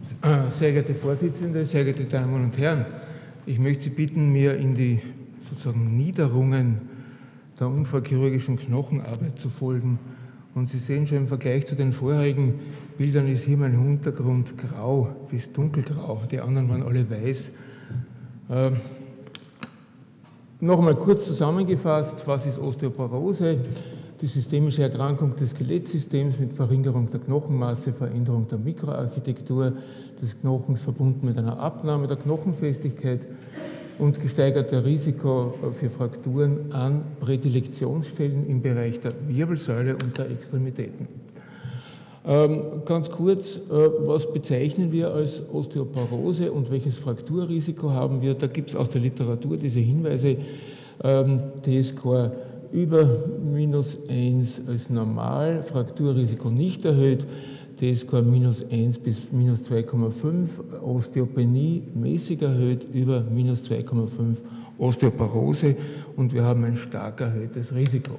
Sehr geehrte Vorsitzende, sehr geehrte Damen und Herren, ich möchte Sie bitten, mir in die sozusagen Niederungen der unfallchirurgischen Knochenarbeit zu folgen. Und Sie sehen schon, im Vergleich zu den vorherigen Bildern ist hier mein Hintergrund grau bis dunkelgrau. Die anderen waren alle weiß. Noch einmal kurz zusammengefasst, was ist Osteoporose? Die systemische Erkrankung des Skelettsystems mit Verringerung der Knochenmasse, Veränderung der Mikroarchitektur des Knochens verbunden mit einer Abnahme der Knochenfestigkeit und gesteigerter Risiko für Frakturen an Prädilektionsstellen im Bereich der Wirbelsäule und der Extremitäten. Ganz kurz, was bezeichnen wir als Osteoporose und welches Frakturrisiko haben wir? Da gibt es aus der Literatur diese Hinweise, T-Score über -1 als normal, Frakturrisiko nicht erhöht, T-Score -1 bis -2,5, Osteopenie mäßig erhöht, über -2,5 Osteoporose und wir haben ein stark erhöhtes Risiko.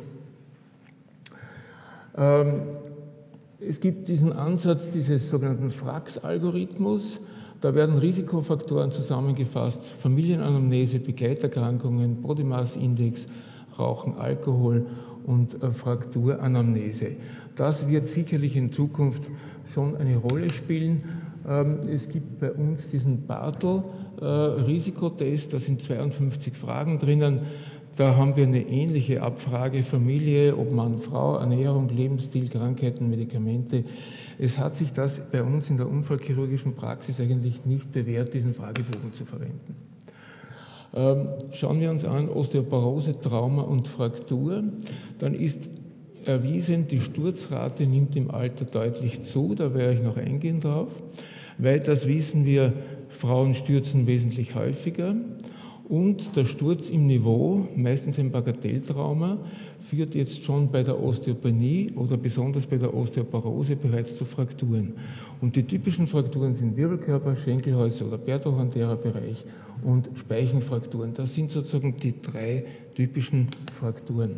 Es gibt diesen Ansatz dieses sogenannten FRAX-Algorithmus. Da werden Risikofaktoren zusammengefasst, Familienanamnese, Begleiterkrankungen, Body Mass Index, Rauchen, Alkohol und Frakturanamnese. Das wird sicherlich in Zukunft schon eine Rolle spielen. Es gibt bei uns diesen Bartel-Risikotest, da sind 52 Fragen drinnen. Da haben wir eine ähnliche Abfrage, Familie, ob Mann, Frau, Ernährung, Lebensstil, Krankheiten, Medikamente. Es hat sich das bei uns in der unfallchirurgischen Praxis eigentlich nicht bewährt, diesen Fragebogen zu verwenden. Schauen wir uns an Osteoporose, Trauma und Fraktur, dann ist erwiesen, die Sturzrate nimmt im Alter deutlich zu, da werde ich noch eingehen drauf. Weiters wissen wir, Frauen stürzen wesentlich häufiger und der Sturz im Niveau, meistens ein Bagatelltrauma, führt jetzt schon bei der Osteopenie oder besonders bei der Osteoporose bereits zu Frakturen. Und die typischen Frakturen sind Wirbelkörper, Schenkelhäuse oder pertohantärer Bereich und Speichenfrakturen. Das sind sozusagen die drei typischen Frakturen.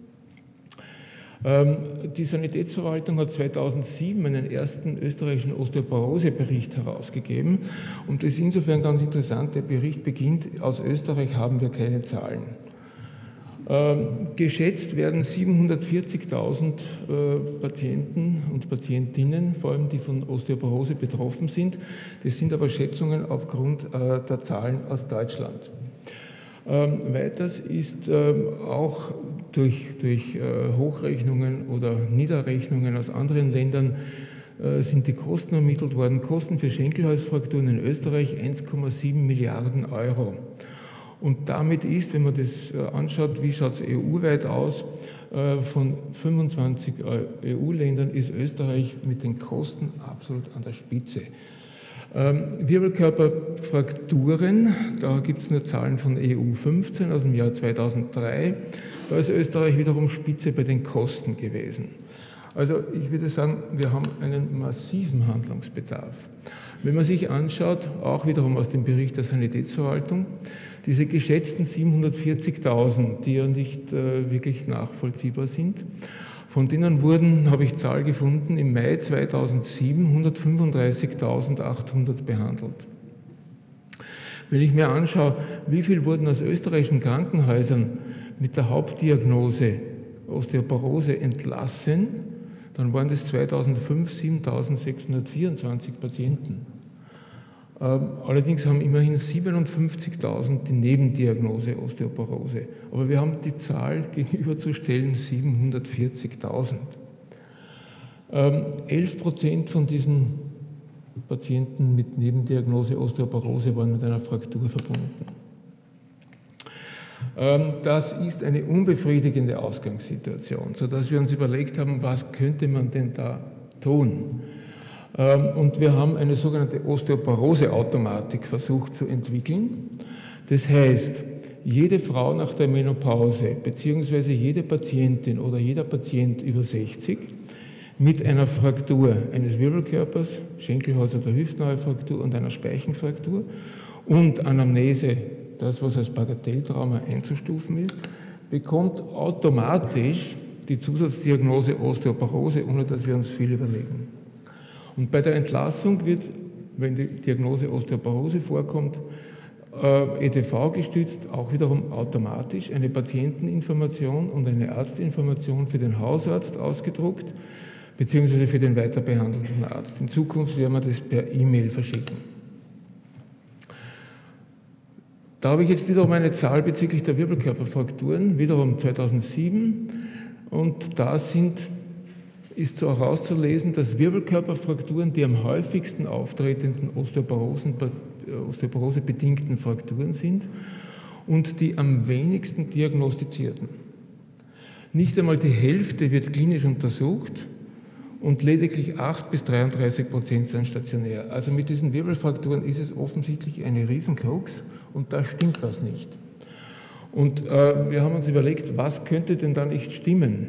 Die Sanitätsverwaltung hat 2007 einen ersten österreichischen Osteoporose-Bericht herausgegeben und das ist insofern ganz interessant. Der Bericht beginnt, aus Österreich haben wir keine Zahlen. Geschätzt werden 740.000 Patienten und Patientinnen, vor allem die von Osteoporose betroffen sind. Das sind aber Schätzungen aufgrund der Zahlen aus Deutschland. Weiters ist auch durch Hochrechnungen oder Niederrechnungen aus anderen Ländern sind die Kosten ermittelt worden. Kosten für Schenkelhalsfrakturen in Österreich 1,7 Milliarden Euro. Und damit ist, wenn man das anschaut, wie schaut es EU-weit aus, von 25 EU-Ländern ist Österreich mit den Kosten absolut an der Spitze. Wirbelkörperfrakturen, da gibt es nur Zahlen von EU 15 aus dem Jahr 2003. Da ist Österreich wiederum Spitze bei den Kosten gewesen. Also ich würde sagen, wir haben einen massiven Handlungsbedarf. Wenn man sich anschaut, auch wiederum aus dem Bericht der Sanitätsverwaltung, diese geschätzten 740.000, die ja nicht wirklich nachvollziehbar sind, von denen wurden, habe ich Zahl gefunden, im Mai 2007 135.800 behandelt. Wenn ich mir anschaue, wie viel wurden aus österreichischen Krankenhäusern mit der Hauptdiagnose Osteoporose entlassen, dann waren das 2005 7.624 Patienten. Allerdings haben immerhin 57.000 die Nebendiagnose Osteoporose. Aber wir haben die Zahl gegenüberzustellen 740.000. 11% von diesen Patienten mit Nebendiagnose Osteoporose waren mit einer Fraktur verbunden. Das ist eine unbefriedigende Ausgangssituation, sodass wir uns überlegt haben, was könnte man denn da tun? Und wir haben eine sogenannte Osteoporose-Automatik versucht zu entwickeln. Das heißt, jede Frau nach der Menopause beziehungsweise jede Patientin oder jeder Patient über 60 mit einer Fraktur eines Wirbelkörpers, Schenkelhaus- oder Hüftneuefraktur und einer Speichenfraktur und Anamnese, das was als Bagatelltrauma einzustufen ist, bekommt automatisch die Zusatzdiagnose Osteoporose, ohne dass wir uns viel überlegen. Und bei der Entlassung wird wenn die Diagnose Osteoporose vorkommt, EDV gestützt, auch wiederum automatisch eine Patienteninformation und eine Arztinformation für den Hausarzt ausgedruckt, beziehungsweise für den weiter behandelnden Arzt. In Zukunft werden wir das per E-Mail verschicken. Da habe ich jetzt wiederum eine Zahl bezüglich der Wirbelkörperfrakturen, wiederum 2007, und da ist so herauszulesen, dass Wirbelkörperfrakturen die am häufigsten auftretenden Osteoporose-bedingten Frakturen sind und die am wenigsten diagnostizierten. Nicht einmal die Hälfte wird klinisch untersucht und lediglich 8 bis 33% sind stationär. Also mit diesen Wirbelfrakturen ist es offensichtlich eine Riesenkrux und da stimmt was nicht. Und wir haben uns überlegt, was könnte denn da nicht stimmen?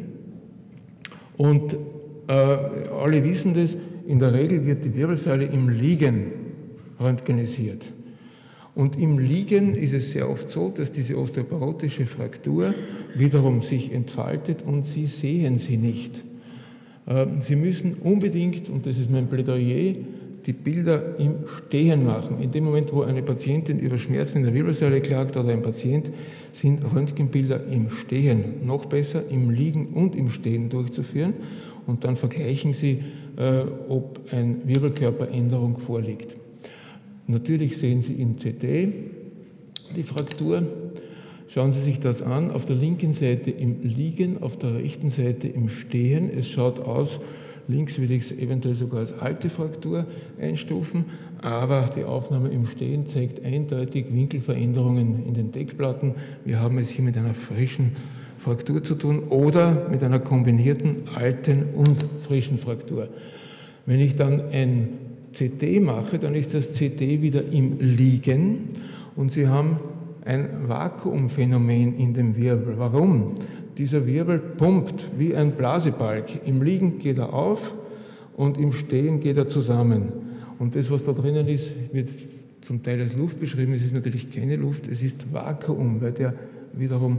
Und alle wissen das, in der Regel wird die Wirbelsäule im Liegen röntgenisiert. Und im Liegen ist es sehr oft so, dass diese osteoporotische Fraktur wiederum sich entfaltet und Sie sehen sie nicht. Sie müssen unbedingt, und das ist mein Plädoyer, die Bilder im Stehen machen. In dem Moment, wo eine Patientin über Schmerzen in der Wirbelsäule klagt oder ein Patient, sind Röntgenbilder im Stehen noch besser, im Liegen und im Stehen durchzuführen. Und dann vergleichen Sie, ob eine Wirbelkörperänderung vorliegt. Natürlich sehen Sie im CT die Fraktur. Schauen Sie sich das an, auf der linken Seite im Liegen, auf der rechten Seite im Stehen. Es schaut aus, links würde ich es eventuell sogar als alte Fraktur einstufen, aber die Aufnahme im Stehen zeigt eindeutig Winkelveränderungen in den Deckplatten. Wir haben es hier mit einer frischen Fraktur zu tun oder mit einer kombinierten alten und frischen Fraktur. Wenn ich dann ein CT mache, dann ist das CT wieder im Liegen und Sie haben ein Vakuumphänomen in dem Wirbel. Warum? Dieser Wirbel pumpt wie ein Blasebalg. Im Liegen geht er auf und im Stehen geht er zusammen. Und das, was da drinnen ist, wird zum Teil als Luft beschrieben. Es ist natürlich keine Luft, es ist Vakuum, weil der wiederum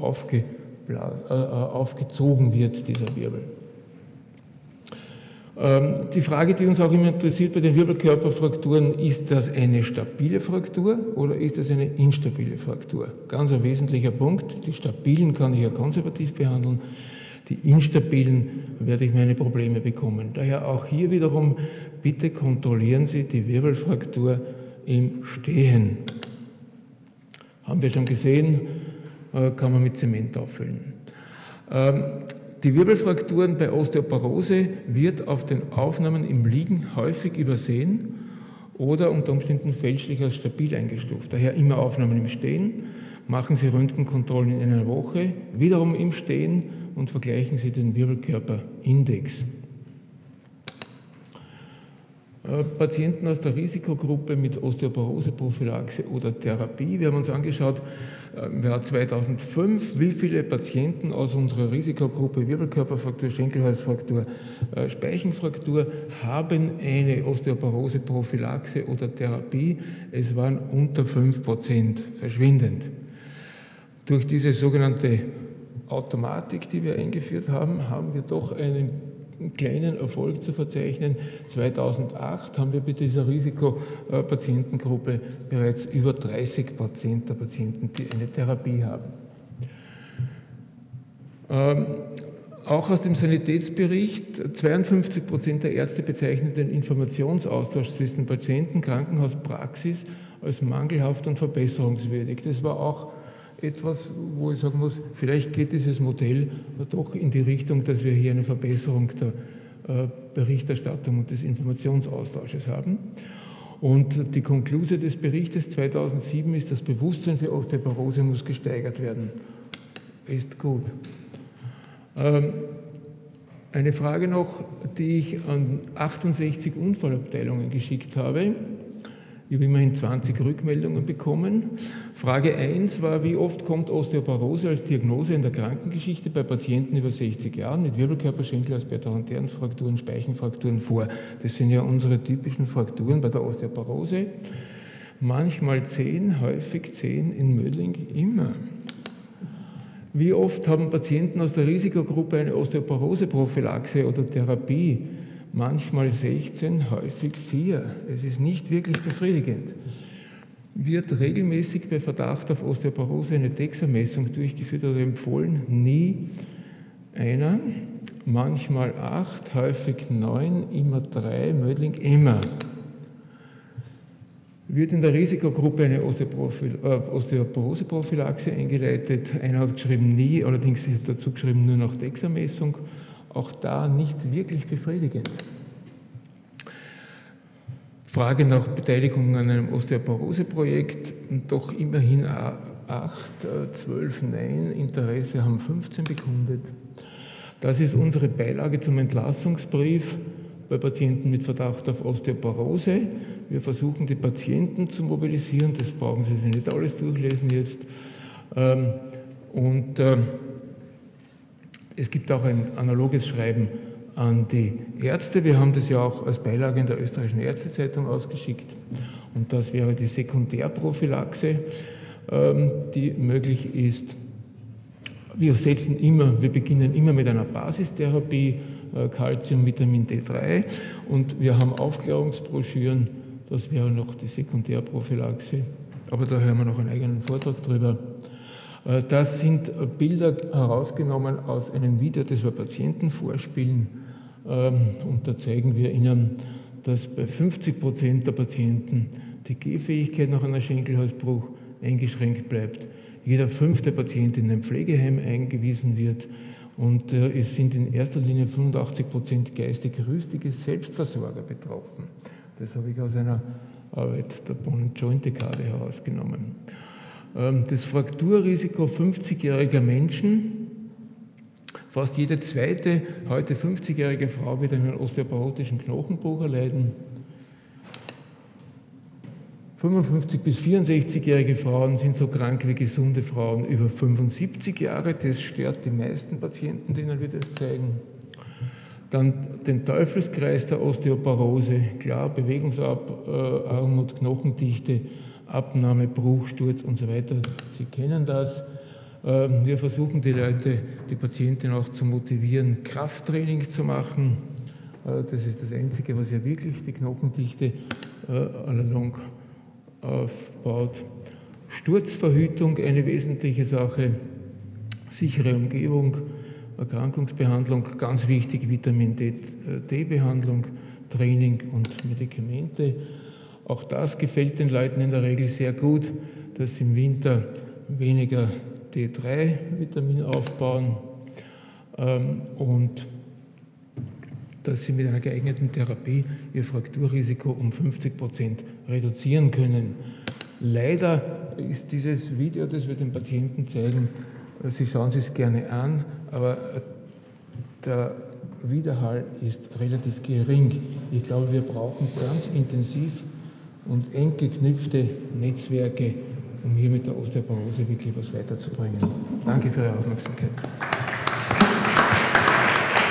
aufgezogen wird, dieser Wirbel. Die Frage, die uns auch immer interessiert bei den Wirbelkörperfrakturen, ist das eine stabile Fraktur oder ist das eine instabile Fraktur? Ganz ein wesentlicher Punkt. Die stabilen kann ich ja konservativ behandeln, die instabilen werde ich meine Probleme bekommen. Daher auch hier wiederum, bitte kontrollieren Sie die Wirbelfraktur im Stehen. Haben wir schon gesehen, kann man mit Zement auffüllen. Die Wirbelfrakturen bei Osteoporose wird auf den Aufnahmen im Liegen häufig übersehen oder unter Umständen fälschlich als stabil eingestuft. Daher immer Aufnahmen im Stehen, machen Sie Röntgenkontrollen in einer Woche, wiederum im Stehen und vergleichen Sie den Wirbelkörperindex. Patienten aus der Risikogruppe mit Osteoporose-Prophylaxe oder Therapie. Wir haben uns angeschaut, im Jahr 2005, wie viele Patienten aus unserer Risikogruppe Wirbelkörperfraktur, Schenkelhalsfraktur, Speichenfraktur haben eine Osteoporose-Prophylaxe oder Therapie. Es waren unter 5%, verschwindend. Durch diese sogenannte Automatik, die wir eingeführt haben, haben wir doch einen kleinen Erfolg zu verzeichnen. 2008 haben wir bei dieser Risikopatientengruppe bereits über 30% der Patienten, die eine Therapie haben. Auch aus dem Sanitätsbericht, 52% der Ärzte bezeichnen den Informationsaustausch zwischen Patienten, Krankenhaus, Praxis als mangelhaft und verbesserungswürdig. Das war auch etwas, wo ich sagen muss, vielleicht geht dieses Modell doch in die Richtung, dass wir hier eine Verbesserung der Berichterstattung und des Informationsaustausches haben. Und die Konklusion des Berichtes 2007 ist, das Bewusstsein für Osteoporose muss gesteigert werden. Ist gut. Eine Frage noch, die ich an 68 Unfallabteilungen geschickt habe. Ich habe immerhin 20 Rückmeldungen bekommen. Frage 1 war, wie oft kommt Osteoporose als Diagnose in der Krankengeschichte bei Patienten über 60 Jahren mit Wirbelkörper, Schenkelhals, Beta-Frakturen, Speichenfrakturen vor? Das sind ja unsere typischen Frakturen bei der Osteoporose. Manchmal 10, häufig 10, in Mödling immer. Wie oft haben Patienten aus der Risikogruppe eine Osteoporose-Prophylaxe oder Therapie? manchmal 16, häufig 4. Es ist nicht wirklich befriedigend. Wird regelmäßig bei Verdacht auf Osteoporose eine DEXA-Messung durchgeführt oder empfohlen? Nie einer, manchmal 8, häufig 9, immer 3, Mödling immer. Wird in der Risikogruppe eine Osteoporose-Prophylaxe eingeleitet? Einer hat geschrieben nie, allerdings ist dazu geschrieben nur nach DEXA-Messung. Auch da nicht wirklich befriedigend. Frage nach Beteiligung an einem Osteoporose-Projekt, doch immerhin 8, 12 Nein, Interesse haben 15 bekundet. Das ist unsere Beilage zum Entlassungsbrief bei Patienten mit Verdacht auf Osteoporose. Wir versuchen, die Patienten zu mobilisieren, das brauchen Sie sich nicht alles durchlesen jetzt. Es gibt auch ein analoges Schreiben an die Ärzte. Wir haben das ja auch als Beilage in der Österreichischen Ärztezeitung ausgeschickt. Und das wäre die Sekundärprophylaxe, die möglich ist. Wir beginnen immer mit einer Basistherapie, Calcium, Vitamin D3, und wir haben Aufklärungsbroschüren, das wäre noch die Sekundärprophylaxe, aber da hören wir noch einen eigenen Vortrag drüber. Das sind Bilder herausgenommen aus einem Video, das wir Patienten vorspielen, und da zeigen wir Ihnen, dass bei 50% der Patienten die Gehfähigkeit nach einem Schenkelhalsbruch eingeschränkt bleibt. Jeder 5. Patient in ein Pflegeheim eingewiesen wird und es sind in erster Linie 85% geistig rüstige Selbstversorger betroffen. Das habe ich aus einer Arbeit der Bonn-Joint-Dekade herausgenommen. Das Frakturrisiko 50-jähriger Menschen, fast jede zweite heute 50-jährige Frau wird einen osteoporotischen Knochenbruch erleiden. 55- bis 64-jährige Frauen sind so krank wie gesunde Frauen über 75 Jahre. Das stört die meisten Patienten, denen wir das zeigen. Dann den Teufelskreis der Osteoporose, klar, Bewegungsarmut, Knochendichte, Abnahme, Bruch, Sturz und so weiter. Sie kennen das. Wir versuchen die Leute, die Patienten auch zu motivieren, Krafttraining zu machen. Das ist das Einzige, was ja wirklich die Knochendichte allalong aufbaut. Sturzverhütung, eine wesentliche Sache, sichere Umgebung, Erkrankungsbehandlung, ganz wichtig, Vitamin D-Behandlung, Training und Medikamente. Auch das gefällt den Leuten in der Regel sehr gut, dass sie im Winter weniger D3-Vitamin aufbauen und dass sie mit einer geeigneten Therapie ihr Frakturrisiko um 50% reduzieren können. Leider ist dieses Video, das wir den Patienten zeigen, Sie schauen es sich gerne an, aber der Widerhall ist relativ gering. Ich glaube, wir brauchen ganz intensiv und eng geknüpfte Netzwerke, um hier mit der Osteoporose wirklich was weiterzubringen. Danke für Ihre Aufmerksamkeit.